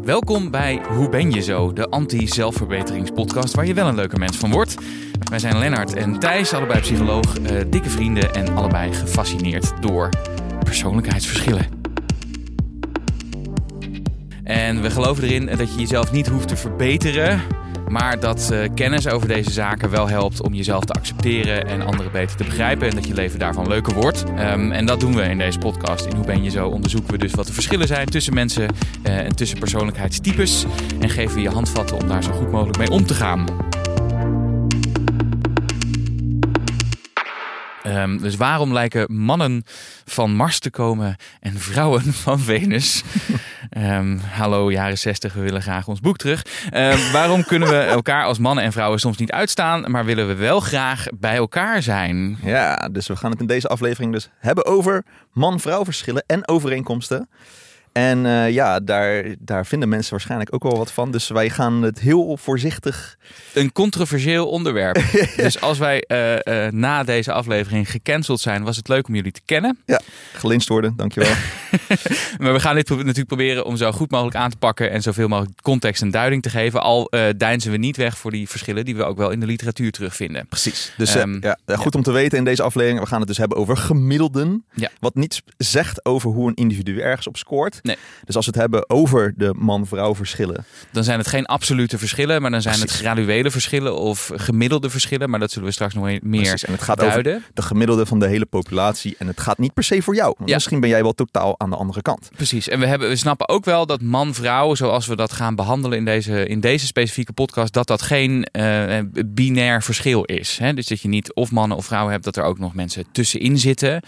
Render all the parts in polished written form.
Welkom bij Hoe ben je zo? De anti-zelfverbeteringspodcast waar je wel een leuke mens van wordt. Wij zijn Lennart en Thijs, allebei psycholoog, dikke vrienden en allebei gefascineerd door persoonlijkheidsverschillen. En we geloven erin dat je jezelf niet hoeft te verbeteren, maar dat kennis over deze zaken wel helpt om jezelf te accepteren en anderen beter te begrijpen en dat je leven daarvan leuker wordt. En dat doen we in deze podcast. In Hoe ben je zo onderzoeken we dus wat de verschillen zijn tussen mensen en tussen persoonlijkheidstypes en geven we je handvatten om daar zo goed mogelijk mee om te gaan. Dus waarom lijken mannen van Mars te komen en vrouwen van Venus? Hallo jaren 60, we willen graag ons boek terug. Waarom kunnen we elkaar als mannen en vrouwen soms niet uitstaan, maar willen we wel graag bij elkaar zijn? Ja, dus we gaan het in deze aflevering dus hebben over man-vrouw verschillen en overeenkomsten. En daar vinden mensen waarschijnlijk ook wel wat van. Dus wij gaan het heel voorzichtig... Een controversieel onderwerp. Dus als wij na deze aflevering gecanceld zijn, was het leuk om jullie te kennen. Ja, gelyncht worden, dankjewel. Maar we gaan dit natuurlijk proberen om zo goed mogelijk aan te pakken en zoveel mogelijk context en duiding te geven. Al deinzen we niet weg voor die verschillen die we ook wel in de literatuur terugvinden. Precies. Dus goed om te weten in deze aflevering. We gaan het dus hebben over gemiddelden. Ja. Wat niets zegt over hoe een individu ergens op scoort. Nee. Dus als we het hebben over de man-vrouw verschillen, dan zijn het geen absolute verschillen, maar dan zijn het graduele verschillen of gemiddelde verschillen. Maar dat zullen we straks nog meer en het gaat duiden. Over de gemiddelde van de hele populatie. En het gaat niet per se voor jou. Want misschien ben jij wel totaal aan de andere kant. Precies. En we snappen ook wel dat man-vrouw, zoals we dat gaan behandelen in deze specifieke podcast, dat geen binair verschil is. Hè? Dus dat je niet of mannen of vrouwen hebt, dat er ook nog mensen tussenin zitten.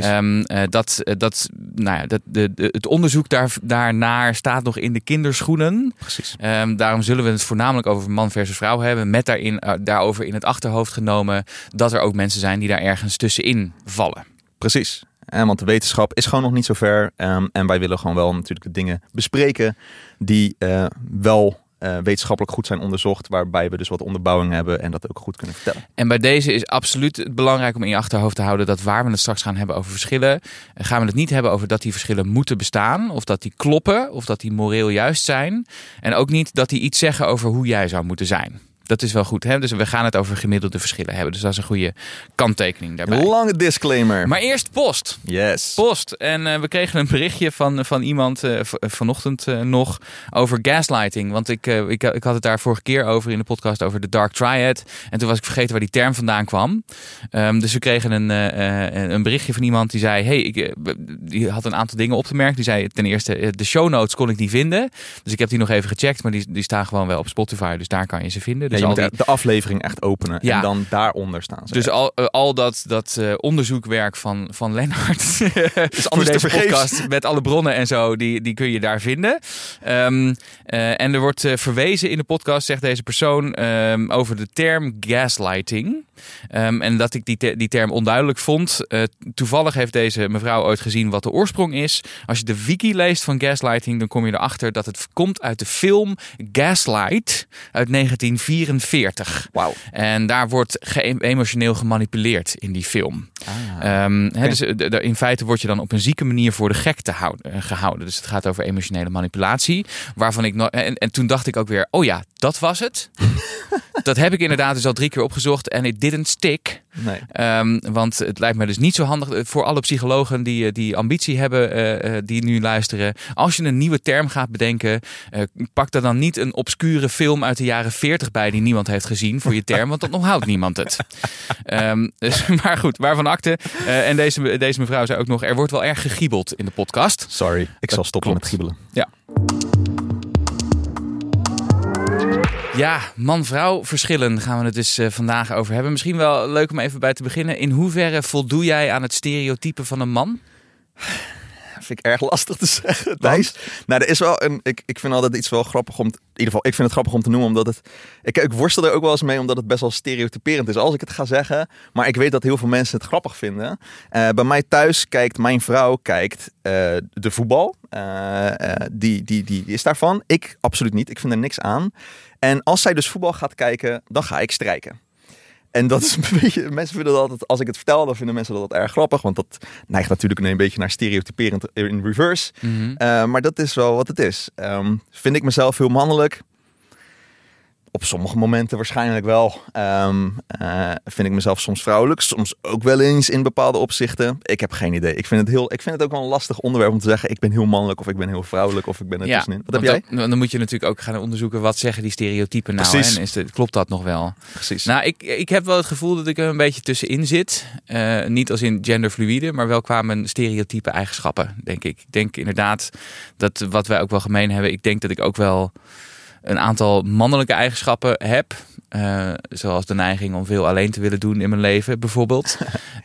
Het onderzoek daarnaar staat nog in de kinderschoenen. Precies. Daarom zullen we het voornamelijk over man versus vrouw hebben. Met daarover in het achterhoofd genomen dat er ook mensen zijn die daar ergens tussenin vallen. Precies. Want de wetenschap is gewoon nog niet zo ver. En wij willen gewoon wel natuurlijk de dingen bespreken die wel wetenschappelijk goed zijn onderzocht, waarbij we dus wat onderbouwing hebben en dat ook goed kunnen vertellen. En bij deze is absoluut belangrijk om in je achterhoofd te houden dat waar we het straks gaan hebben over verschillen, gaan we het niet hebben over dat die verschillen moeten bestaan, of dat die kloppen, of dat die moreel juist zijn. En ook niet dat die iets zeggen over hoe jij zou moeten zijn. Dat is wel goed, hè? Dus we gaan het over gemiddelde verschillen hebben. Dus dat is een goede kanttekening daarbij. Lange disclaimer. Maar eerst post. Yes. Post. En we kregen een berichtje van iemand vanochtend nog over gaslighting. Want ik had het daar vorige keer over in de podcast over de Dark Triad. En toen was ik vergeten waar die term vandaan kwam. Dus we kregen een berichtje van iemand die zei... die had een aantal dingen op te merken. Die zei ten eerste, de show notes kon ik niet vinden. Dus ik heb die nog even gecheckt. Maar die staan gewoon wel op Spotify. Dus daar kan je ze vinden. Dus je moet de aflevering echt openen en dan daaronder staan. Dus al dat onderzoekwerk van Lennart is anders te vergeven. Podcast met alle bronnen en zo, die kun je daar vinden. En er wordt verwezen in de podcast, zegt deze persoon, over de term gaslighting. En dat ik die term onduidelijk vond. Toevallig heeft deze mevrouw ooit gezien wat de oorsprong is. Als je de wiki leest van gaslighting, dan kom je erachter dat het komt uit de film Gaslight uit 1944. Wauw. En daar wordt emotioneel gemanipuleerd in die film. Dus in feite word je dan op een zieke manier voor de gek gehouden. Dus het gaat over emotionele manipulatie. Waarvan ik en toen dacht ik ook weer, oh ja, dat was het. Dat heb ik inderdaad dus al 3 keer opgezocht en it didn't stick. Nee. Want het lijkt me dus niet zo handig voor alle psychologen die ambitie hebben, die nu luisteren. Als je een nieuwe term gaat bedenken, pak er dan niet een obscure film uit de jaren 40 bij die niemand heeft gezien voor je term, want dan onthoudt niemand het. Maar goed, waarvan akte. En deze mevrouw zei ook nog, er wordt wel erg gegiebeld in de podcast. Sorry, ik zal stoppen met giebelen. Ja. Ja, man-vrouw verschillen gaan we het dus vandaag over hebben. Misschien wel leuk om even bij te beginnen. In hoeverre voldoe jij aan het stereotype van een man? Vind ik erg lastig te zeggen, Thijs. Nou, er is wel ik vind altijd iets wel grappig om... In ieder geval, ik vind het grappig om te noemen, omdat het... Ik worstel er ook wel eens mee, omdat het best wel stereotyperend is als ik het ga zeggen. Maar ik weet dat heel veel mensen het grappig vinden. Bij mij thuis kijkt mijn vrouw de voetbal. Die is daarvan. Ik absoluut niet. Ik vind er niks aan. En als zij dus voetbal gaat kijken, dan ga ik strijken. En dat is een beetje, mensen vinden dat altijd, als ik het vertel, dan vinden mensen dat erg grappig. Want dat neigt natuurlijk een beetje naar stereotyperend in reverse. Maar dat is wel wat het is. Vind ik mezelf heel mannelijk? Op sommige momenten waarschijnlijk wel. Vind ik mezelf soms vrouwelijk. Soms ook wel eens in bepaalde opzichten. Ik heb geen idee. Ik vind het ook wel een lastig onderwerp om te zeggen... ik ben heel mannelijk of ik ben heel vrouwelijk of ik ben er tussenin. Wat heb jij? Dan moet je natuurlijk ook gaan onderzoeken... wat zeggen die stereotypen nou? Precies. En klopt dat nog wel? Precies. Nou, ik heb wel het gevoel dat ik er een beetje tussenin zit. Niet als in genderfluïde, maar wel qua mijn stereotype eigenschappen, denk ik. Ik denk inderdaad dat wat wij ook wel gemeen hebben... ik denk dat ik ook wel... een aantal mannelijke eigenschappen heb. Zoals de neiging om veel alleen te willen doen in mijn leven, bijvoorbeeld.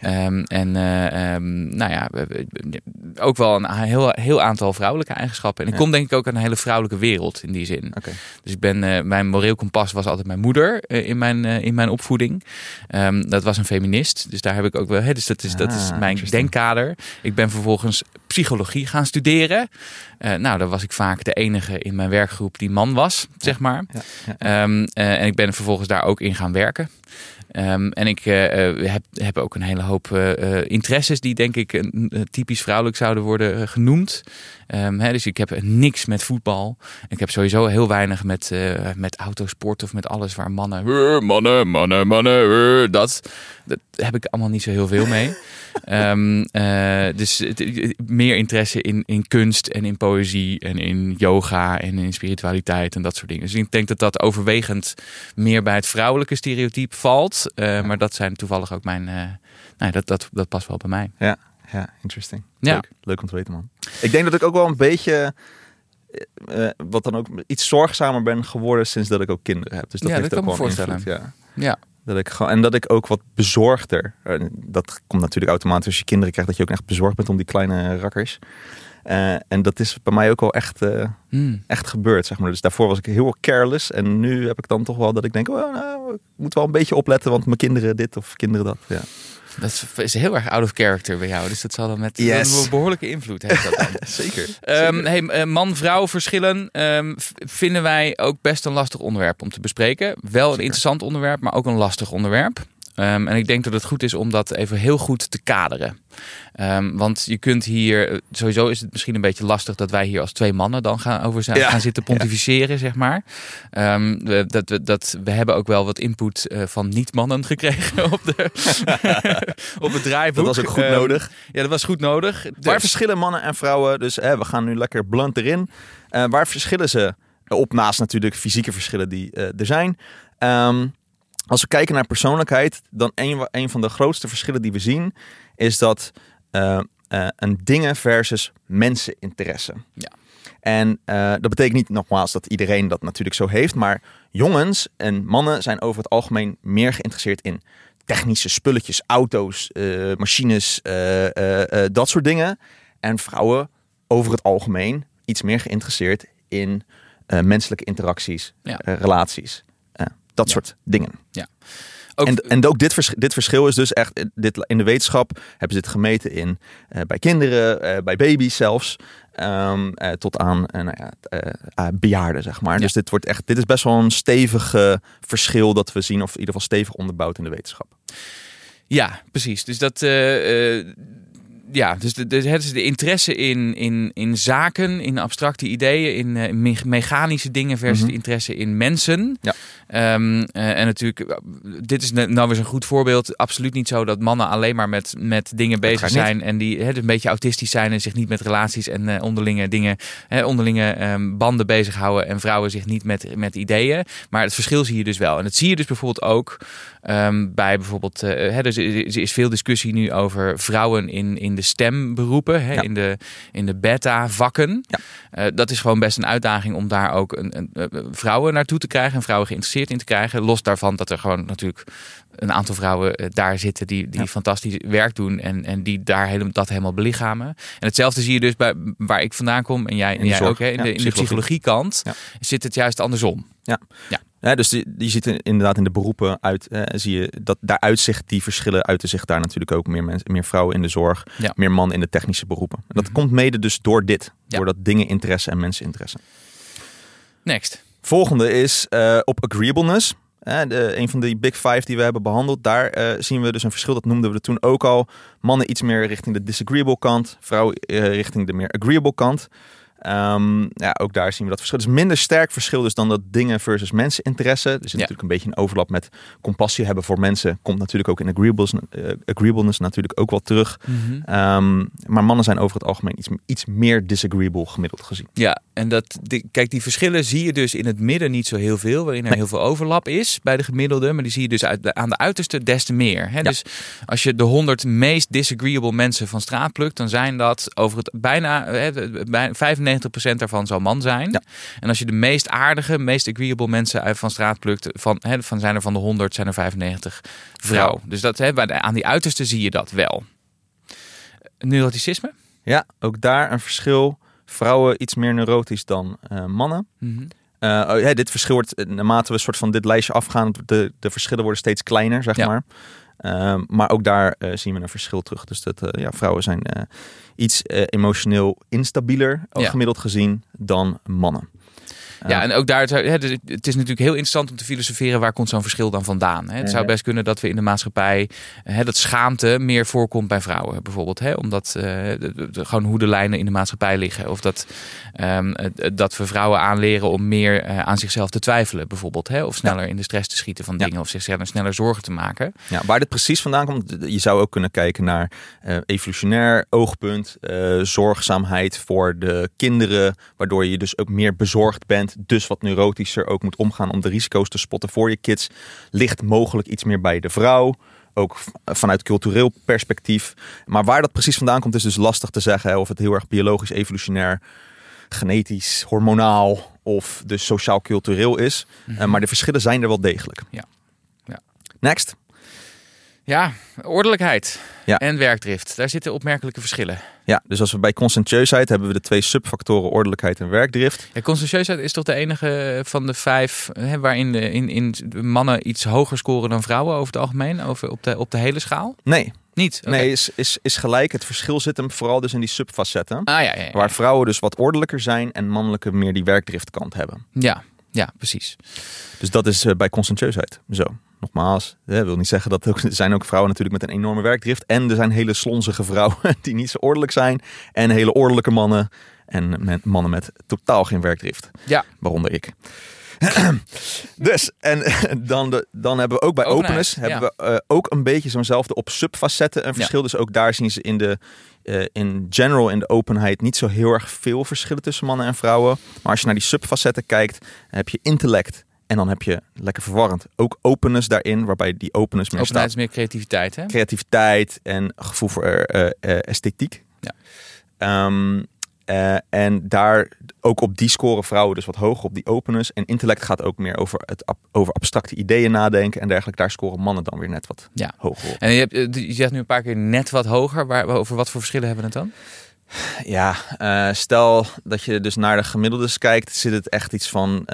Ook wel een heel aantal vrouwelijke eigenschappen. En ik kom denk ik ook uit een hele vrouwelijke wereld in die zin. Okay. Dus mijn moreel kompas was altijd mijn moeder in mijn opvoeding. Dat was een feminist. Dus daar heb ik ook wel... Dus dat is mijn denkkader. Ik ben vervolgens psychologie gaan studeren. Daar was ik vaak de enige in mijn werkgroep die man was, zeg maar. Ja. En ik ben vervolgens daar ook in gaan werken. En ik heb ook een hele hoop interesses die denk ik typisch vrouwelijk zouden worden genoemd. Dus ik heb niks met voetbal. Ik heb sowieso heel weinig met autosport of met alles waar mannen. Dat heb ik allemaal niet zo heel veel mee. Dus meer interesse in kunst en in poëzie en in yoga en in spiritualiteit en dat soort dingen. Dus ik denk dat overwegend meer bij het vrouwelijke stereotype valt. Maar dat zijn toevallig ook mijn... dat past wel bij mij. Ja, interesting. Ja. Leuk om te weten, man. Ik denk dat ik ook wel een beetje... wat dan ook iets zorgzamer ben geworden sinds dat ik ook kinderen heb. Dus dat heeft ook wel invloed. Ja. Dat ik ook wat bezorgder... dat komt natuurlijk automatisch als je kinderen krijgt... dat je ook echt bezorgd bent om die kleine rakkers. En dat is bij mij ook wel echt gebeurd, zeg maar. Dus daarvoor was ik heel careless. En nu heb ik dan toch wel dat ik denk... ik moet wel een beetje opletten... want mijn kinderen dit of kinderen dat. Ja. Dat is heel erg out of character bij jou. Dus dat zal dan met een behoorlijke invloed hebben. Dat dan. Zeker. Man-vrouw verschillen vinden wij ook best een lastig onderwerp om te bespreken. Wel een interessant onderwerp, maar ook een lastig onderwerp. En ik denk dat het goed is om dat even heel goed te kaderen. Want je kunt hier... Sowieso is het misschien een beetje lastig... dat wij hier als twee mannen dan gaan zitten pontificeren, zeg maar. We hebben ook wel wat input van niet-mannen gekregen op het draaiboek. Dat was ook goed nodig. Ja, dat was goed nodig. Waar verschillen mannen en vrouwen? Dus we gaan nu lekker blunt erin. Waar verschillen ze op naast natuurlijk fysieke verschillen die er zijn? Als we kijken naar persoonlijkheid, dan een van de grootste verschillen die we zien, is dat een dingen versus menseninteresse. Ja. En dat betekent niet nogmaals dat iedereen dat natuurlijk zo heeft, maar jongens en mannen zijn over het algemeen meer geïnteresseerd in technische spulletjes, auto's, machines, dat soort dingen. En vrouwen over het algemeen iets meer geïnteresseerd in menselijke interacties, relaties. Dat soort dingen. Ja. En ook dit verschil is dus echt... in de wetenschap hebben ze dit gemeten bij kinderen, bij baby's zelfs. Tot aan bejaarden, zeg maar. Ja. Dus dit is best wel een stevig verschil dat we zien. Of in ieder geval stevig onderbouwd in de wetenschap. Ja, precies. Dus dat... Dus de interesse in zaken, in abstracte ideeën, in mechanische dingen versus de interesse in mensen. Ja. En natuurlijk, dit is nou weer zo'n goed voorbeeld. Absoluut niet zo dat mannen alleen maar met dingen bezig zijn en die een beetje autistisch zijn en zich niet met relaties en onderlinge dingen, onderlinge banden bezighouden en vrouwen zich niet met ideeën. Maar het verschil zie je dus wel. En dat zie je dus bijvoorbeeld ook bij bijvoorbeeld, er is veel discussie nu over vrouwen in de stemberoepen, in de beta-vakken. Ja. Dat is gewoon best een uitdaging om daar ook vrouwen naartoe te krijgen en vrouwen geïnteresseerd in te krijgen. Los daarvan dat er gewoon natuurlijk een aantal vrouwen daar zitten die fantastisch werk doen en die dat helemaal belichamen. En hetzelfde zie je dus bij waar ik vandaan kom en jij ook, in de psychologiekant zit het juist andersom. Ja. Ja, dus je ziet inderdaad in de beroepen zie je dat daaruit zich die verschillen uiten zich daar natuurlijk ook meer vrouwen in de zorg, meer man in de technische beroepen. En dat komt mede dus door door dat dingeninteresse en menseninteresse. Next. Volgende is op agreeableness. een van die Big Five die we hebben behandeld, daar zien we dus een verschil. Dat noemden we toen ook al. Mannen iets meer richting de disagreeable kant. Vrouwen richting de meer agreeable kant. Ook daar zien we dat verschil. Dus minder sterk verschil dus dan dat dingen versus menseninteresse. Er zit natuurlijk een beetje een overlap met compassie hebben voor mensen. Komt natuurlijk ook in agreeableness natuurlijk ook wel terug. Mm-hmm. Maar mannen zijn over het algemeen iets meer disagreeable gemiddeld gezien. Ja, en kijk, die verschillen zie je dus in het midden niet zo heel veel. Waarin er heel veel overlap is bij de gemiddelde. Maar die zie je dus aan de uiterste des te meer. Hè? Ja. Dus als je de 100 meest disagreeable mensen van straat plukt, dan zijn dat over het bijna 95% daarvan zal man zijn. Ja. En als je de meest aardige, meest agreeable mensen van straat plukt, zijn er van de 100 zijn er 95 vrouw. Dus aan die uiterste zie je dat wel. Neuroticisme? Ja, ook daar een verschil. Vrouwen iets meer neurotisch dan mannen. Mm-hmm. Dit verschil wordt, naarmate we een soort van dit lijstje afgaan, de verschillen worden steeds kleiner, zeg maar. Maar ook daar zien we een verschil terug. Dus vrouwen zijn iets emotioneel instabieler, gemiddeld gezien, dan mannen. Ja, en ook daar, het is natuurlijk heel interessant om te filosoferen waar komt zo'n verschil dan vandaan. Het zou best kunnen dat we in de maatschappij dat schaamte meer voorkomt bij vrouwen bijvoorbeeld. Omdat gewoon hoe de lijnen in de maatschappij liggen. Of dat we vrouwen aanleren om meer aan zichzelf te twijfelen bijvoorbeeld. Of sneller in de stress te schieten van dingen of zich sneller zorgen te maken. Ja, waar dit precies vandaan komt, je zou ook kunnen kijken naar evolutionair oogpunt, zorgzaamheid voor de kinderen, waardoor je dus ook meer bezorgd bent. Dus wat neurotischer ook moet omgaan om de risico's te spotten voor je kids. Ligt mogelijk iets meer bij de vrouw. Ook vanuit cultureel perspectief. Maar waar dat precies vandaan komt is dus lastig te zeggen. Of het heel erg biologisch, evolutionair, genetisch, hormonaal of dus sociaal-cultureel is. Mm-hmm. Maar de verschillen zijn er wel degelijk. Ja. Next. Ja, ordelijkheid en werkdrift. Daar zitten opmerkelijke verschillen. Ja, dus als we bij conscientieusheid hebben we de 2 subfactoren ordelijkheid en werkdrift. Ja, conscientieusheid is toch de enige van de 5 waarin de mannen iets hoger scoren dan vrouwen over het algemeen, op de hele schaal? Nee. Niet? Okay. Nee, is gelijk. Het verschil zit hem vooral dus in die subfacetten. Ja. Waar vrouwen dus wat ordelijker zijn en mannelijke meer die werkdriftkant hebben. Ja, precies. Dus dat is bij conscientieusheid zo. Nogmaals, wil niet zeggen dat er zijn ook vrouwen natuurlijk met een enorme werkdrift. En er zijn hele slonzige vrouwen die niet zo ordelijk zijn. En hele ordelijke mannen. En mannen met totaal geen werkdrift. Ja. Waaronder ik. Dus, en dan hebben we ook bij openness hebben we ook een beetje zo'nzelfde op subfacetten een verschil. Ja. Dus ook daar zien ze in general in de openheid niet zo heel erg veel verschillen tussen mannen en vrouwen. Maar als je naar die subfacetten kijkt, dan heb je intellect. En dan heb je, lekker verwarrend, ook openness daarin, waarbij die openness meer Openheid staat. Is meer creativiteit, hè? Creativiteit en gevoel voor esthetiek. Ja. En daar ook op die scoren vrouwen dus wat hoger op die openness. En intellect gaat ook meer over abstracte ideeën nadenken en dergelijke. Daar scoren mannen dan weer net wat hoger op. En je zegt nu een paar keer net wat hoger. Over wat voor verschillen hebben we het dan? Ja, stel dat je dus naar de gemiddeldes kijkt, zit het echt iets van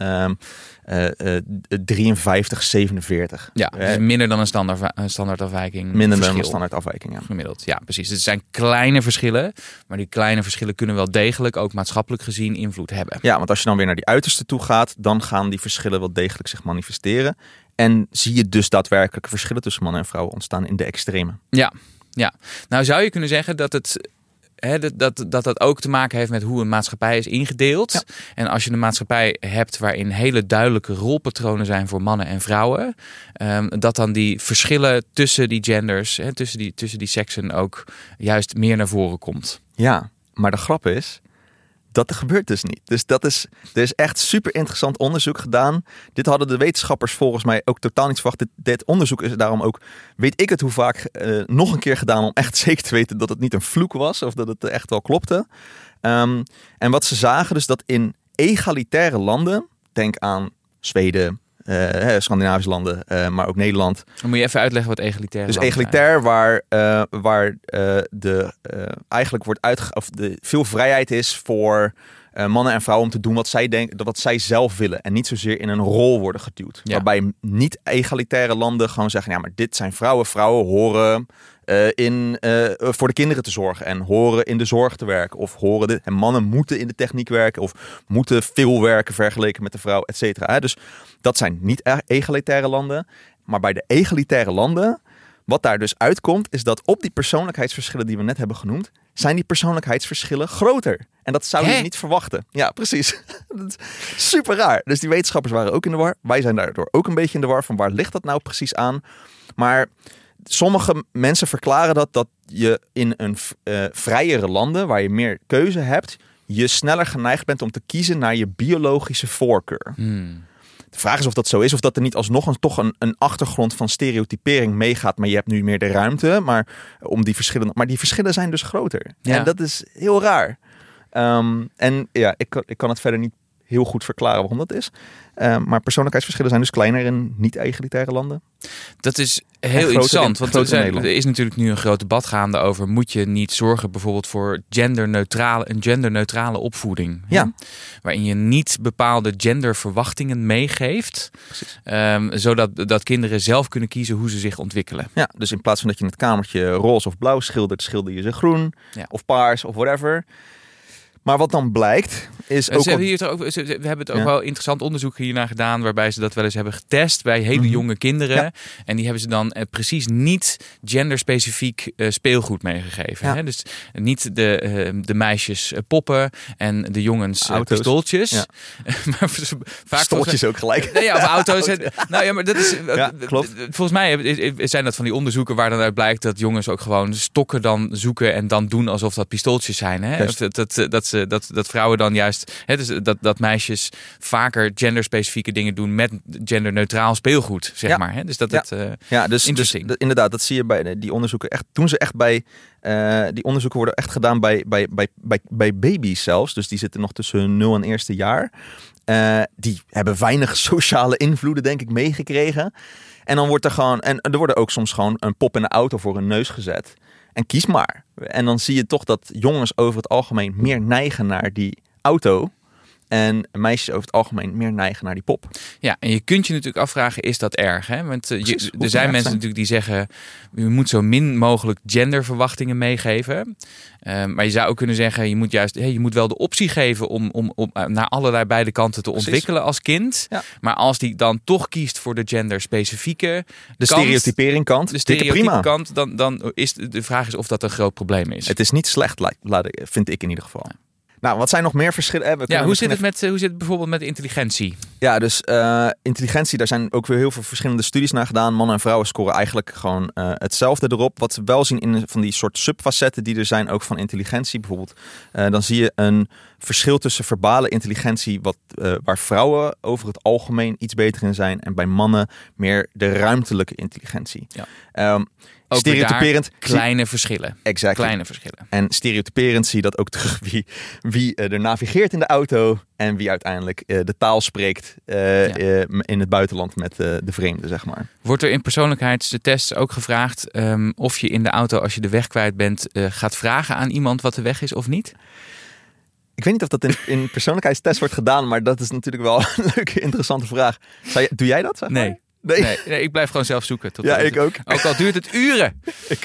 53, 47. Ja, dus minder dan een standaardafwijking. Minder dan een standaardafwijking, ja. Gemiddeld, ja, precies. Het zijn kleine verschillen, maar die kleine verschillen kunnen wel degelijk, ook maatschappelijk gezien, invloed hebben. Ja, want als je dan weer naar die uiterste toe gaat, dan gaan die verschillen wel degelijk zich manifesteren. En zie je dus daadwerkelijke verschillen tussen mannen en vrouwen ontstaan in de extreme. Ja. Nou zou je kunnen zeggen dat het dat ook te maken heeft met hoe een maatschappij is ingedeeld. Ja. En als je een maatschappij hebt waarin hele duidelijke rolpatronen zijn voor mannen en vrouwen, dat dan die verschillen tussen die genders, tussen die seksen ook juist meer naar voren komt. Ja, maar de grap is, dat gebeurt dus niet. Dus er is echt super interessant onderzoek gedaan. Dit hadden de wetenschappers volgens mij ook totaal niet verwacht. Dit onderzoek is daarom ook, weet ik het hoe vaak, nog een keer gedaan om echt zeker te weten dat het niet een vloek was of dat het echt wel klopte. En wat ze zagen dus dat in egalitaire landen, denk aan Zweden, Scandinavische landen, maar ook Nederland. Dan moet je even uitleggen wat egalitair is. Dus egalitair waar eigenlijk wordt veel vrijheid is voor mannen en vrouwen om te doen wat zij denken, wat zij zelf willen en niet zozeer in een rol worden geduwd. Ja. Waarbij niet egalitaire landen gewoon zeggen, ja, maar dit zijn vrouwen horen voor de kinderen te zorgen en horen in de zorg te werken. Of en mannen moeten in de techniek werken of moeten veel werken vergeleken met de vrouw, et cetera. Dus dat zijn niet egalitaire landen. Maar bij de egalitaire landen, wat daar dus uitkomt, is dat op die persoonlijkheidsverschillen die we net hebben genoemd, zijn die persoonlijkheidsverschillen groter. En dat zou je niet verwachten. Ja, precies. Dat is super raar. Dus die wetenschappers waren ook in de war. Wij zijn daardoor ook een beetje in de war van waar ligt dat nou precies aan. Maar sommige mensen verklaren dat je in een vrijere landen, waar je meer keuze hebt, je sneller geneigd bent om te kiezen naar je biologische voorkeur. De vraag is of dat zo is, of dat er niet alsnog toch een achtergrond van stereotypering meegaat. Maar je hebt nu meer de ruimte, maar die verschillen zijn dus groter. Ja. En dat is heel raar. En ja, ik kan het verder niet heel goed verklaren waarom dat is. Maar persoonlijkheidsverschillen zijn dus kleiner in niet-egalitaire landen. Dat is heel interessant, want er is natuurlijk nu een groot debat gaande over, moet je niet zorgen bijvoorbeeld voor een genderneutrale opvoeding? Ja. Waarin je niet bepaalde genderverwachtingen meegeeft, zodat kinderen zelf kunnen kiezen hoe ze zich ontwikkelen. Ja, dus in plaats van dat je het kamertje roze of blauw schildert, schilder je ze groen of paars of whatever. Maar wat dan blijkt is ook... We hebben het ook wel interessant onderzoek hiernaar gedaan, waarbij ze dat wel eens hebben getest bij hele jonge kinderen. Ja. En die hebben ze dan precies niet genderspecifiek speelgoed meegegeven. Ja. Hè? Dus niet de meisjes poppen en de jongens pistooltjes. Ja. Maar vaak pistooltjes ook gelijk. Ja, of auto's. Nou ja, maar dat is... klopt. Volgens mij zijn dat van die onderzoeken waar dan uit blijkt dat jongens ook gewoon stokken dan zoeken en dan doen alsof dat pistooltjes zijn. Hè? Dat vrouwen dan juist, dus dat meisjes vaker genderspecifieke dingen doen met genderneutraal speelgoed, zeg maar. Hè? Dus dus inderdaad, dat zie je bij die onderzoeken echt. Doen ze echt bij die onderzoeken worden echt gedaan bij baby's zelfs. Dus die zitten nog tussen hun 0 en eerste jaar. Die hebben weinig sociale invloeden, denk ik, meegekregen. En dan wordt er gewoon, en er worden ook soms gewoon een pop in de auto voor hun neus gezet. En kies maar. En dan zie je toch dat jongens over het algemeen meer neigen naar die auto. En meisjes over het algemeen meer neigen naar die pop. Ja, en je kunt je natuurlijk afvragen, is dat erg? Hè? Want er zijn mensen natuurlijk die zeggen, je moet zo min mogelijk genderverwachtingen meegeven. Maar je zou ook kunnen zeggen, je moet wel de optie geven om naar allerlei beide kanten te ontwikkelen als kind. Ja. Maar als die dan toch kiest voor de genderspecifieke stereotypering kant, dan is de vraag is of dat een groot probleem is. Het is niet slecht, vind ik in ieder geval. Ja. Nou, wat zijn nog meer verschillen? Hoe zit het bijvoorbeeld met intelligentie? Ja, dus intelligentie, daar zijn ook weer heel veel verschillende studies naar gedaan. Mannen en vrouwen scoren eigenlijk gewoon hetzelfde erop. Wat we wel zien in van die soort subfacetten die er zijn, ook van intelligentie bijvoorbeeld. Dan zie je een verschil tussen verbale intelligentie, waar vrouwen over het algemeen iets beter in zijn. En bij mannen meer de ruimtelijke intelligentie. Ja. Ook stereotyperend kleine verschillen. Exact. Kleine verschillen. En stereotyperend zie je dat ook terug wie er navigeert in de auto en wie uiteindelijk de taal spreekt in het buitenland met de vreemden, zeg maar. Wordt er in persoonlijkheidstests ook gevraagd of je in de auto, als je de weg kwijt bent, gaat vragen aan iemand wat de weg is of niet? Ik weet niet of dat in persoonlijkheidstests wordt gedaan, maar dat is natuurlijk wel een leuke, interessante vraag. Doe jij dat? Zeg maar? Nee. Nee, ik blijf gewoon zelf zoeken. Ik ook. Ook al duurt het uren.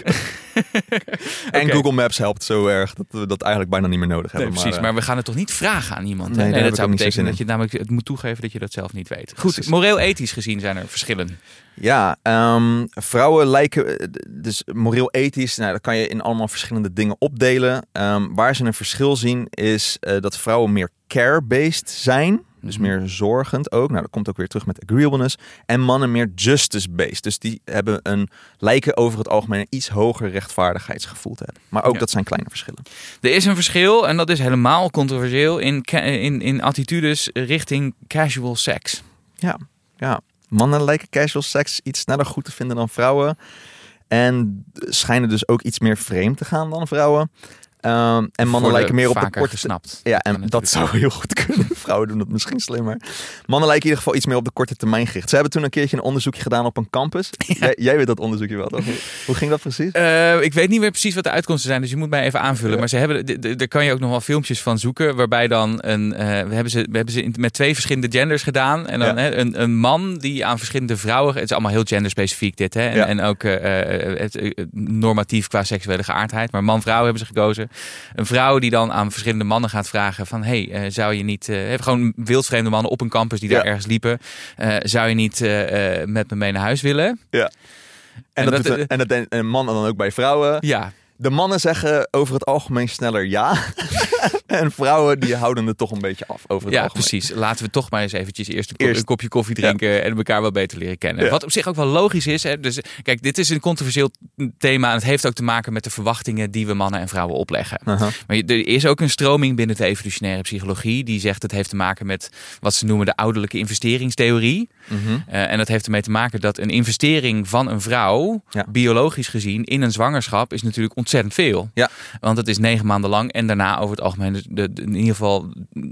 En Google Maps helpt zo erg dat we dat eigenlijk bijna niet meer nodig hebben. Nee, precies, maar we gaan het toch niet vragen aan iemand? Nee, dat zou betekenen dat je namelijk het moet toegeven dat je dat zelf niet weet. Goed, moreel-ethisch gezien zijn er verschillen. Ja, vrouwen lijken, dus moreel-ethisch, dat kan je in allemaal verschillende dingen opdelen. Waar ze een verschil zien is dat vrouwen meer care-based zijn. Dus meer zorgend ook. Nou, dat komt ook weer terug met agreeableness. En mannen meer justice-based. Dus die lijken over het algemeen een iets hoger rechtvaardigheidsgevoel te hebben. Maar ook dat zijn kleine verschillen. Er is een verschil, en dat is helemaal controversieel, in attitudes richting casual seks. Ja. Mannen lijken casual seks iets sneller goed te vinden dan vrouwen. En schijnen dus ook iets meer vreemd te gaan dan vrouwen. En mannen lijken meer op de korte... Gesnapt. Ja, en dat zou heel goed kunnen. Vrouwen doen dat misschien slimmer. Mannen lijken in ieder geval iets meer op de korte termijn gericht. Ze hebben toen een keertje een onderzoekje gedaan op een campus. Ja. Jij weet dat onderzoekje wel, toch? Hoe ging dat precies? Ik weet niet meer precies wat de uitkomsten zijn, dus je moet mij even aanvullen. Maar ze hebben, daar kan je ook nog wel filmpjes van zoeken, waarbij dan we hebben ze met 2 verschillende genders gedaan. En dan een man die aan verschillende vrouwen... Het is allemaal heel genderspecifiek dit, hè? En ook normatief qua seksuele geaardheid. Maar man-vrouw hebben ze gekozen. Een vrouw die dan aan verschillende mannen gaat vragen van... zou je niet... gewoon wildvreemde mannen op een campus die daar ergens liepen. Zou je niet met me mee naar huis willen? Ja. En mannen dan ook bij vrouwen. Ja. De mannen zeggen over het algemeen sneller ja. En vrouwen die houden het toch een beetje af over het algemeen. Precies. Laten we toch maar eens eventjes eerst een kopje koffie drinken en elkaar wel beter leren kennen. Ja. Wat op zich ook wel logisch is. Hè? Dus kijk, dit is een controversieel thema en het heeft ook te maken met de verwachtingen die we mannen en vrouwen opleggen. Uh-huh. Maar er is ook een stroming binnen de evolutionaire psychologie die zegt het heeft te maken met wat ze noemen de ouderlijke investeringstheorie. Uh-huh. En dat heeft ermee te maken dat een investering van een vrouw, biologisch gezien, in een zwangerschap is natuurlijk ontzettend veel. Ja. Want het is 9 maanden lang en daarna over het algemeen in ieder geval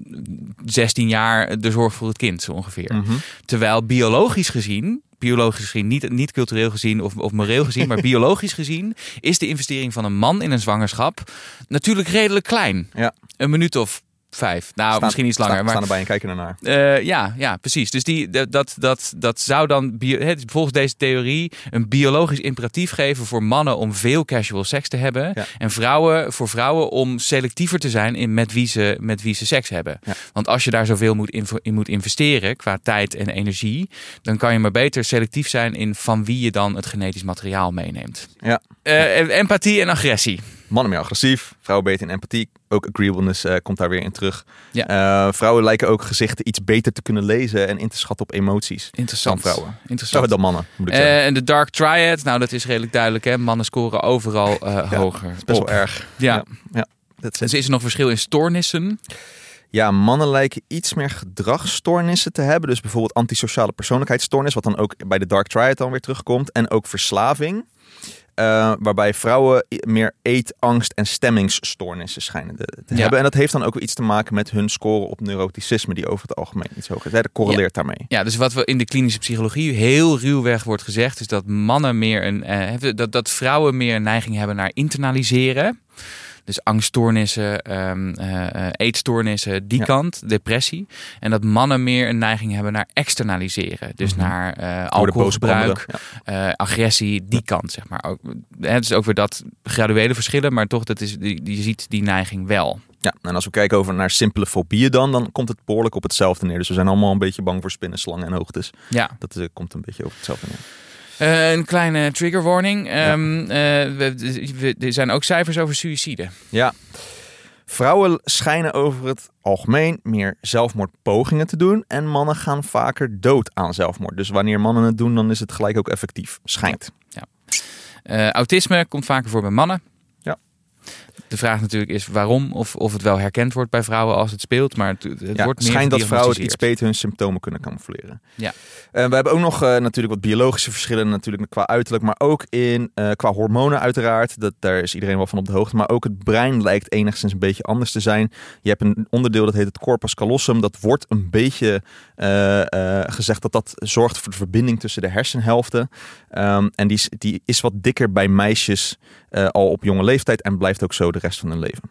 16 jaar de zorg voor het kind zo ongeveer. Mm-hmm. Terwijl biologisch gezien, niet cultureel gezien of moreel gezien, maar biologisch gezien is de investering van een man in een zwangerschap natuurlijk redelijk klein. Ja. Een minuut of 5. Nou, misschien iets langer. Staan erbij en kijken ernaar. Ja, precies. Dus dat zou dan volgens deze theorie een biologisch imperatief geven voor mannen om veel casual seks te hebben. Ja. En voor vrouwen om selectiever te zijn met wie ze seks hebben. Ja. Want als je daar zoveel in moet investeren qua tijd en energie, dan kan je maar beter selectief zijn in van wie je dan het genetisch materiaal meeneemt. Ja. Empathie en agressie. Mannen meer agressief, vrouwen beter in empathie. Ook agreeableness komt daar weer in terug. Ja. Vrouwen lijken ook gezichten iets beter te kunnen lezen en in te schatten op emoties. Interessant. Dan vrouwen. Interessant. Dan mannen, moet ik zeggen. En de Dark Triad, nou dat is redelijk duidelijk. Hè? Mannen scoren overal hoger. Dat is best wel erg. Ja. Dus is er nog verschil in stoornissen? Ja, mannen lijken iets meer gedragsstoornissen te hebben. Dus bijvoorbeeld antisociale persoonlijkheidsstoornis, wat dan ook bij de Dark Triad dan weer terugkomt. En ook verslaving. Waarbij vrouwen meer eetangst en stemmingsstoornissen schijnen te hebben. En dat heeft dan ook weer iets te maken met hun score op neuroticisme, die over het algemeen iets hoger is. Dat correleert daarmee. Ja, dus wat we in de klinische psychologie heel ruwweg wordt gezegd, is dat mannen meer dat vrouwen meer een neiging hebben naar internaliseren. Dus angststoornissen, eetstoornissen, die kant, depressie. En dat mannen meer een neiging hebben naar externaliseren. Dus naar alcoholgebruik, agressie, die kant, zeg maar. Het is ook weer dat graduele verschillen, maar toch, je ziet die neiging wel. Ja, en als we kijken naar simpele fobieën dan komt het behoorlijk op hetzelfde neer. Dus we zijn allemaal een beetje bang voor spinnen, slangen en hoogtes. Ja. Dat komt een beetje over hetzelfde neer. Een kleine trigger warning. Er zijn ook cijfers over suïcide. Ja. Vrouwen schijnen over het algemeen meer zelfmoordpogingen te doen. En mannen gaan vaker dood aan zelfmoord. Dus wanneer mannen het doen, dan is het gelijk ook effectief. Schijnt. Ja. Autisme komt vaker voor bij mannen. De vraag natuurlijk is waarom of het wel herkend wordt bij vrouwen als het speelt. Maar het wordt meer schijnt dat vrouwen het iets beter hun symptomen kunnen camoufleren. Ja. We hebben ook nog natuurlijk wat biologische verschillen natuurlijk qua uiterlijk. Maar ook qua hormonen uiteraard. Daar is iedereen wel van op de hoogte. Maar ook het brein lijkt enigszins een beetje anders te zijn. Je hebt een onderdeel dat heet het corpus callosum. Dat wordt een beetje gezegd dat zorgt voor de verbinding tussen de hersenhelften. En die is wat dikker bij meisjes al op jonge leeftijd en blijft ook zo de rest van hun leven.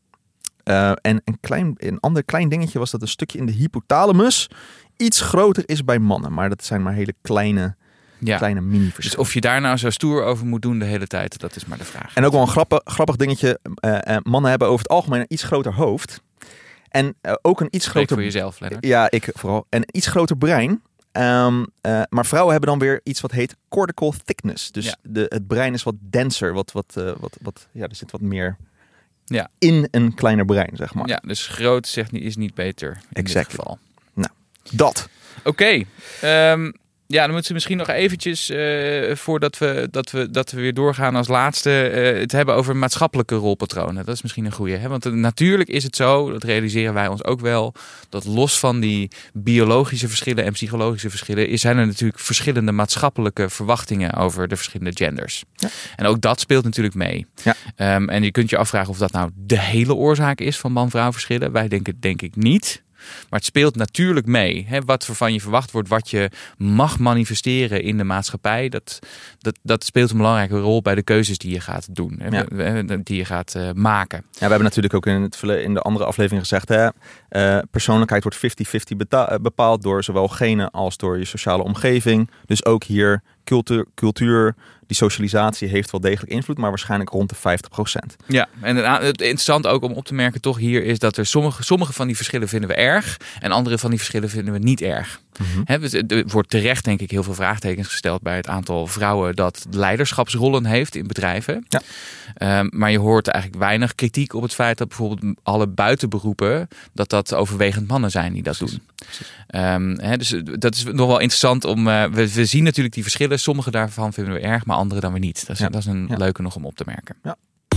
En een ander klein dingetje was dat een stukje in de hypothalamus iets groter is bij mannen. Maar dat zijn maar hele kleine mini-verschillen. Dus of je daar nou zo stoer over moet doen de hele tijd, dat is maar de vraag. En ook wel een grappig dingetje. Mannen hebben over het algemeen een iets groter hoofd. En ook een iets groter... voor jezelf, Lennart. Ja, ik vooral. En een iets groter brein. Maar vrouwen hebben dan weer iets wat heet cortical thickness. Dus het brein is wat denser. Er zit wat meer in een kleiner brein, zeg maar. Ja, dus groot is niet beter in dit geval. Nou, dat. Oké. Ja, dan moeten we misschien nog eventjes, voordat we weer doorgaan als laatste, het hebben over maatschappelijke rolpatronen. Dat is misschien een goeie. Hè? Want natuurlijk is het zo, dat realiseren wij ons ook wel, dat los van die biologische verschillen en psychologische verschillen, zijn er natuurlijk verschillende maatschappelijke verwachtingen over de verschillende genders. Ja. En ook dat speelt natuurlijk mee. Ja. En je kunt je afvragen of dat nou de hele oorzaak is van man-vrouw verschillen. Wij denken denk ik niet. Maar het speelt natuurlijk mee. Hè? Wat van je verwacht wordt, wat je mag manifesteren in de maatschappij. Dat speelt een belangrijke rol bij de keuzes die je gaat doen. Ja. Die je gaat maken. Ja, we hebben natuurlijk ook in de andere aflevering gezegd. Hè, persoonlijkheid wordt 50-50 bepaald door zowel genen als door je sociale omgeving. Dus ook hier cultuur, die socialisatie heeft wel degelijk invloed, maar waarschijnlijk rond de 50%. Ja, en het interessant ook om op te merken toch hier is dat er sommige van die verschillen vinden we erg en andere van die verschillen vinden we niet erg. Mm-hmm. Er wordt terecht denk ik heel veel vraagtekens gesteld bij het aantal vrouwen dat leiderschapsrollen heeft in bedrijven. Ja. Maar je hoort eigenlijk weinig kritiek op het feit dat bijvoorbeeld alle buitenberoepen dat overwegend mannen zijn die dat doen. Dus dat is nog wel interessant om. We zien natuurlijk die verschillen. Sommige daarvan vinden we erg, maar andere dan weer niet. Dat is een leuke nog om op te merken. Ja.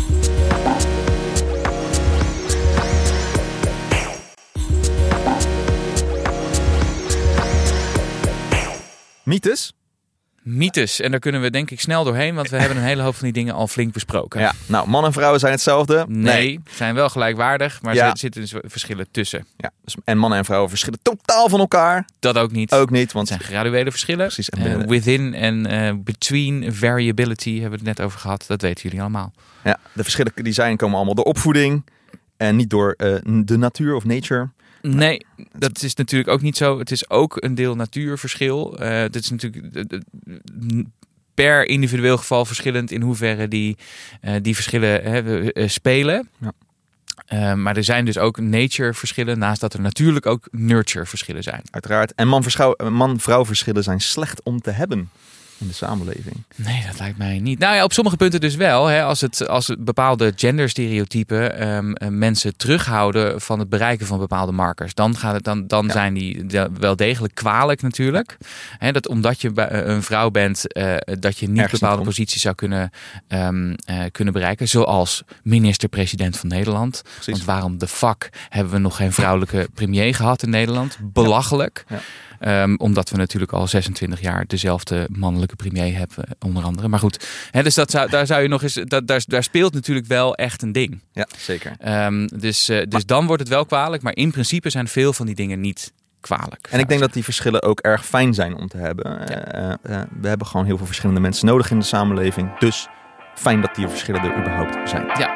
Mythes. En daar kunnen we denk ik snel doorheen, want we hebben een hele hoop van die dingen al flink besproken. Ja, nou, mannen en vrouwen zijn hetzelfde? Nee, zijn wel gelijkwaardig, maar er zitten dus verschillen tussen. Ja, en mannen en vrouwen verschillen totaal van elkaar. Dat ook niet. Want het zijn graduele verschillen. Precies. Within en between variability hebben we het net over gehad. Dat weten jullie allemaal. Ja, de verschillen die komen allemaal door opvoeding en niet door de natuur of nature. Nee, dat is natuurlijk ook niet zo. Het is ook een deel natuurverschil. Dit is natuurlijk per individueel geval verschillend in hoeverre die verschillen spelen. Ja. Maar er zijn dus ook nature verschillen, naast dat er natuurlijk ook nurture verschillen zijn. Uiteraard. En man-vrouw verschillen zijn slecht om te hebben in de samenleving. Nee, dat lijkt mij niet. Nou ja, op sommige punten dus wel. Hè, als bepaalde genderstereotypen mensen terughouden van het bereiken van bepaalde markers. Dan zijn die wel degelijk kwalijk natuurlijk. Hè, dat omdat je een vrouw bent, dat je niet ergens bepaalde posities zou kunnen bereiken. Zoals minister-president van Nederland. Precies. Want waarom de fuck hebben we nog geen vrouwelijke premier gehad in Nederland? Belachelijk. Ja. Omdat we natuurlijk al 26 jaar dezelfde mannelijke premier hebben, onder andere. Maar goed, dus daar zou je nog eens. Daar speelt natuurlijk wel echt een ding. Ja, zeker. Dus dan wordt het wel kwalijk. Maar in principe zijn veel van die dingen niet kwalijk. En ik denk dat die verschillen ook erg fijn zijn om te hebben. Ja. We hebben gewoon heel veel verschillende mensen nodig in de samenleving. Dus fijn dat die verschillen er überhaupt zijn. Ja.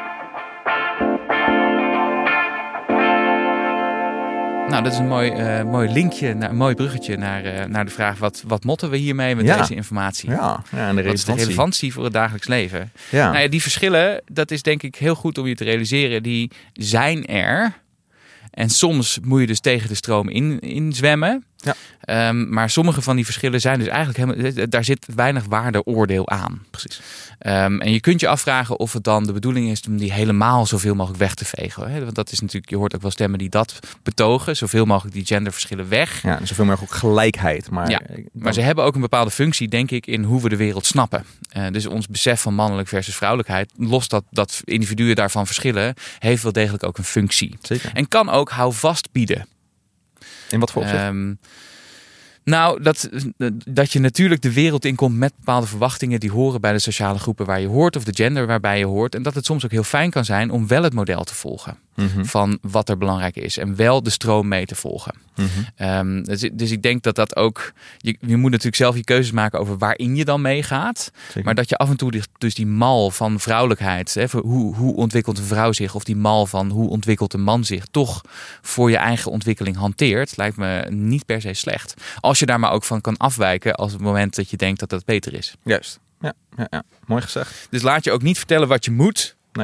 Nou, dat is een mooi linkje, een mooi bruggetje naar de vraag: wat motten we hiermee met deze informatie? Ja, en wat is de relevantie voor het dagelijks leven? Ja. Nou ja, die verschillen, dat is denk ik heel goed om je te realiseren. Die zijn er. En soms moet je dus tegen de stroom in zwemmen. Ja. Maar sommige van die verschillen zijn dus eigenlijk helemaal. Daar zit weinig waardeoordeel aan. Precies. En je kunt je afvragen of het dan de bedoeling is om die helemaal zoveel mogelijk weg te vegen. Hè? Want dat is natuurlijk, je hoort ook wel stemmen die dat betogen. Zoveel mogelijk die genderverschillen weg. Ja, en zoveel mogelijk ook gelijkheid. Maar ze hebben ook een bepaalde functie, denk ik, in hoe we de wereld snappen. Dus ons besef van mannelijk versus vrouwelijkheid, los dat individuen daarvan verschillen, heeft wel degelijk ook een functie. Zeker. En kan ook houvast bieden. In wat voor opzicht? Nou, dat je natuurlijk de wereld inkomt met bepaalde verwachtingen die horen bij de sociale groepen waar je hoort of de gender waarbij je hoort. En dat het soms ook heel fijn kan zijn om wel het model te volgen van wat er belangrijk is. En wel de stroom mee te volgen. Mm-hmm. Dus ik denk dat ook. Je moet natuurlijk zelf je keuzes maken over waarin je dan meegaat. Zeker. Maar dat je af en toe dus die mal van vrouwelijkheid. Hè, hoe ontwikkelt een vrouw zich? Of die mal van hoe ontwikkelt een man zich? Toch voor je eigen ontwikkeling hanteert. Lijkt me niet per se slecht. Als je daar maar ook van kan afwijken als het moment dat je denkt dat dat beter is. Juist. Ja. Mooi gezegd. Dus laat je ook niet vertellen wat je moet. Nee.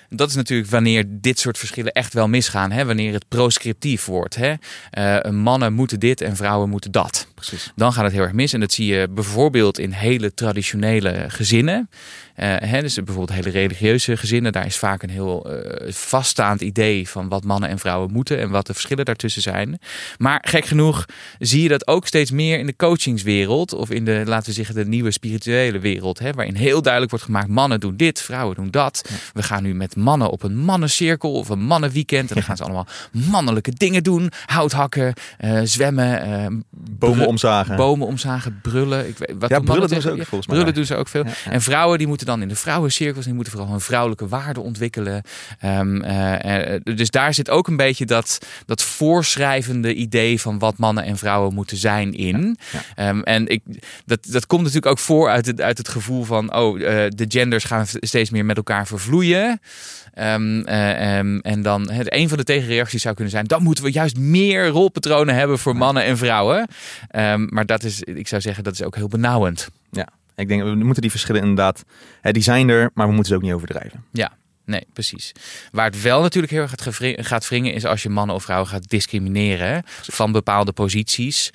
dat is natuurlijk wanneer dit soort verschillen echt wel misgaan. Hè? Wanneer het proscriptief wordt. Hè? Mannen moeten dit en vrouwen moeten dat. Precies. Dan gaat het heel erg mis. En dat zie je bijvoorbeeld in hele traditionele gezinnen. Dus bijvoorbeeld hele religieuze gezinnen. Daar is vaak een heel vaststaand idee van wat mannen en vrouwen moeten. En wat de verschillen daartussen zijn. Maar gek genoeg zie je dat ook steeds meer in de coachingswereld. Of in de, laten we zeggen, de nieuwe spirituele wereld. Hè? Waarin heel duidelijk wordt gemaakt, mannen doen dit, vrouwen doen dat. Ja. We gaan nu met mannen op een mannencirkel of een mannenweekend. En dan gaan ze allemaal mannelijke dingen doen. Hout hakken, zwemmen. Bomen omzagen, brullen. Brullen doen ze ook volgens mij. Brullen doen ze ook veel. Ja. En vrouwen die moeten dan in de vrouwencirkels. Die moeten vooral hun vrouwelijke waarden ontwikkelen. Dus daar zit ook een beetje dat voorschrijvende idee van wat mannen en vrouwen moeten zijn in. Ja. En dat komt natuurlijk ook voor uit het gevoel van de genders gaan steeds meer met elkaar vervloeien. En dan een van de tegenreacties zou kunnen zijn, dan moeten we juist meer rolpatronen hebben voor mannen en vrouwen. Maar ik zou zeggen, dat is ook heel benauwend. Ja, ik denk, we moeten die verschillen inderdaad, die zijn er, maar we moeten ze ook niet overdrijven. Ja. Nee, precies. Waar het wel natuurlijk heel erg gaat wringen is als je mannen of vrouwen gaat discrimineren van bepaalde posities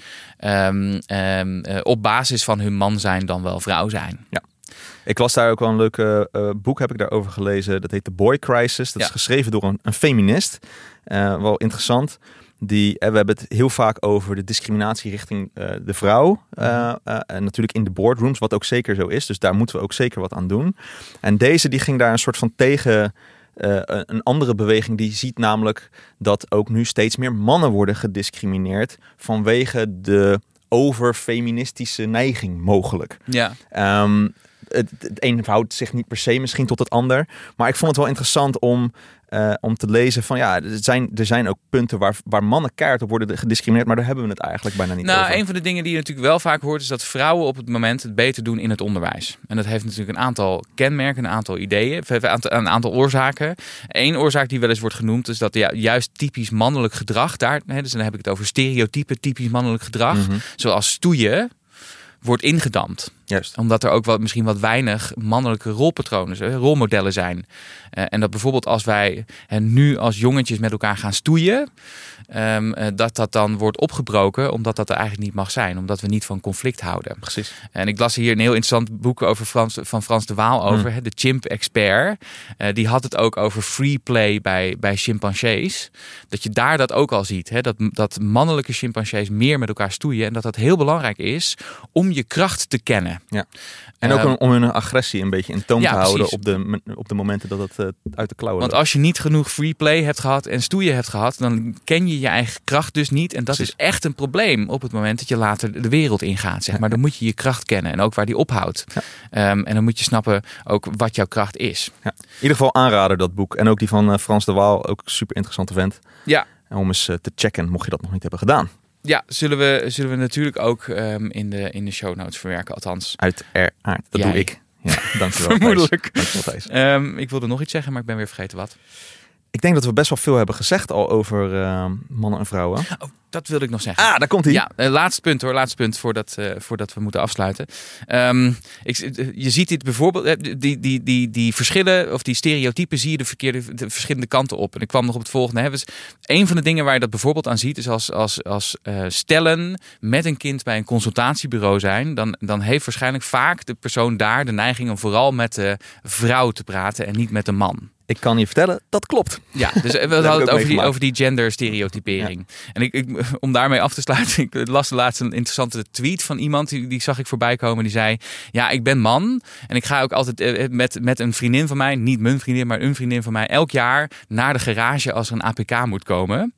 op basis van hun man zijn dan wel vrouw zijn. Ja. Ik las daar ook wel een leuk boek, heb ik daarover gelezen. Dat heet The Boy Crisis. Dat is geschreven door een feminist. Wel interessant. We hebben het heel vaak over de discriminatie richting de vrouw. En natuurlijk in de boardrooms, wat ook zeker zo is. Dus daar moeten we ook zeker wat aan doen. En deze die ging daar een soort van tegen een andere beweging. Die ziet namelijk dat ook nu steeds meer mannen worden gediscrimineerd vanwege de overfeministische neiging mogelijk. Ja. Het een verhoudt zich niet per se misschien tot het ander. Maar ik vond het wel interessant om te lezen van er zijn ook punten waar mannen keihard op worden gediscrimineerd, maar daar hebben we het eigenlijk bijna niet over. Een van de dingen die je natuurlijk wel vaak hoort is dat vrouwen op het moment het beter doen in het onderwijs. En dat heeft natuurlijk een aantal kenmerken, een aantal ideeën, een aantal oorzaken. Eén oorzaak die wel eens wordt genoemd is dat juist typisch mannelijk gedrag daar, dus dan heb ik het over stereotype typisch mannelijk gedrag, zoals stoeien, wordt ingedampt. Juist. Omdat er ook misschien wat weinig mannelijke rolpatronen, rolmodellen zijn. En dat bijvoorbeeld als wij nu als jongetjes met elkaar gaan stoeien, dat dan wordt opgebroken, omdat dat er eigenlijk niet mag zijn. Omdat we niet van conflict houden. Precies. En ik las hier een heel interessant boek over van Frans de Waal over, de chimp-expert. Die had het ook over free play bij chimpansees. Dat je daar dat ook al ziet. Dat mannelijke chimpansees meer met elkaar stoeien. En dat heel belangrijk is om je kracht te kennen. Ja. En ook om hun agressie een beetje in toon te houden op de momenten dat het uit de klauwen loopt. Want als je niet genoeg free play hebt gehad en stoeien hebt gehad, dan ken je je eigen kracht dus niet. En dat is echt een probleem op het moment dat je later de wereld ingaat. Zeg maar. Dan moet je je kracht kennen en ook waar die ophoudt. Ja. En dan moet je snappen ook wat jouw kracht is. Ja. In ieder geval aanraden dat boek. En ook die van Frans de Waal, ook een super interessante vent. Ja. En om eens te checken, mocht je dat nog niet hebben gedaan. Ja, zullen we natuurlijk ook in de show notes verwerken, althans. Uiteraard, dat doe ik. Ja, dankjewel. Vermoedelijk. Dankjewel, ik wilde nog iets zeggen, maar ik ben weer vergeten wat. Ik denk dat we best wel veel hebben gezegd al over mannen en vrouwen. Oh, dat wilde ik nog zeggen. Daar komt hij. Ja, laatste punt voordat we moeten afsluiten. Je ziet dit bijvoorbeeld, die verschillen of die stereotypen zie je de verschillende kanten op. En ik kwam nog op het volgende. Dus een van de dingen waar je dat bijvoorbeeld aan ziet is als stellen met een kind bij een consultatiebureau zijn, dan heeft waarschijnlijk vaak de persoon daar de neiging om vooral met de vrouw te praten en niet met de man. Ik kan je vertellen, dat klopt. Ja, dus we hadden het over die genderstereotypering. Ja. En om daarmee af te sluiten, ik las laatst een interessante tweet van iemand, die zag ik voorbij komen. Die zei, ja, ik ben man en ik ga ook altijd met een vriendin van mij, niet mijn vriendin, maar een vriendin van mij, elk jaar naar de garage als er een APK moet komen.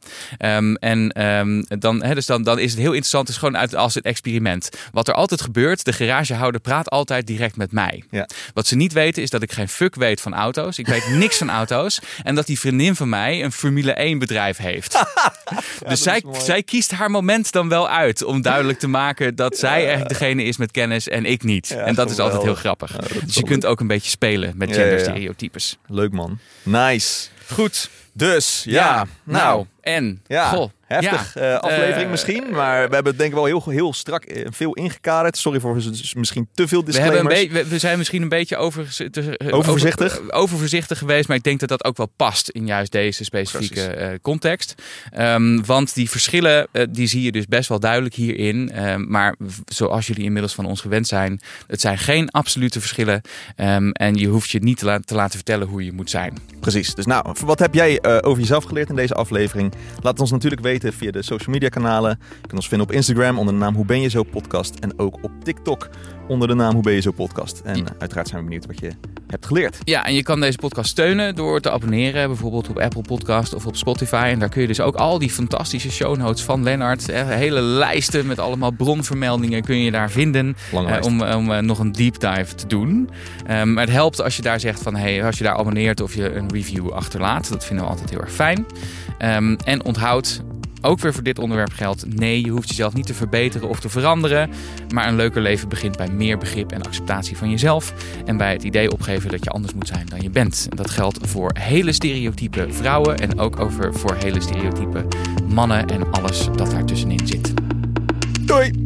Dan is het heel interessant, het is gewoon als het experiment. Wat er altijd gebeurt, de garagehouder praat altijd direct met mij. Ja. Wat ze niet weten is dat ik geen fuck weet van auto's. Ik weet niks van auto's. En dat die vriendin van mij een Formule 1 bedrijf heeft. Dus zij kiest haar moment dan wel uit om duidelijk te maken dat zij eigenlijk degene is met kennis en ik niet. Ja, en dat is altijd heel grappig. Dus je kunt ook een beetje spelen met genderstereotypes. Leuk man. Nice. Goed. Dus, en? Ja. Goh. heftig aflevering misschien. Maar we hebben het denk ik wel heel strak veel ingekaderd. Sorry voor misschien te veel disclaimers. We zijn misschien een beetje overvoorzichtig geweest. Maar ik denk dat dat ook wel past in juist deze specifieke context. Want die verschillen, die zie je dus best wel duidelijk hierin. Maar zoals jullie inmiddels van ons gewend zijn, het zijn geen absolute verschillen. En je hoeft je niet te laten vertellen hoe je moet zijn. Precies. Dus nou, wat heb jij over jezelf geleerd in deze aflevering? Laat het ons natuurlijk weten via de social media kanalen. Je kunt ons vinden op Instagram onder de naam Hoe Ben Je Zo Podcast. En ook op TikTok onder de naam Hoe Ben Je Zo Podcast. En uiteraard zijn we benieuwd wat je hebt geleerd. Ja, en je kan deze podcast steunen door te abonneren. Bijvoorbeeld op Apple Podcast of op Spotify. En daar kun je dus ook al die fantastische show notes van Lennart. Hele lijsten met allemaal bronvermeldingen kun je daar vinden. Om nog een deep dive te doen. Maar het helpt als je daar zegt van als je daar abonneert of je een review achterlaat. Dat vinden we altijd heel erg fijn. En onthoud, ook weer voor dit onderwerp geldt, nee, je hoeft jezelf niet te verbeteren of te veranderen. Maar een leuker leven begint bij meer begrip en acceptatie van jezelf. En bij het idee opgeven dat je anders moet zijn dan je bent. En dat geldt voor hele stereotype vrouwen en ook voor hele stereotype mannen en alles dat daartussenin zit. Doei!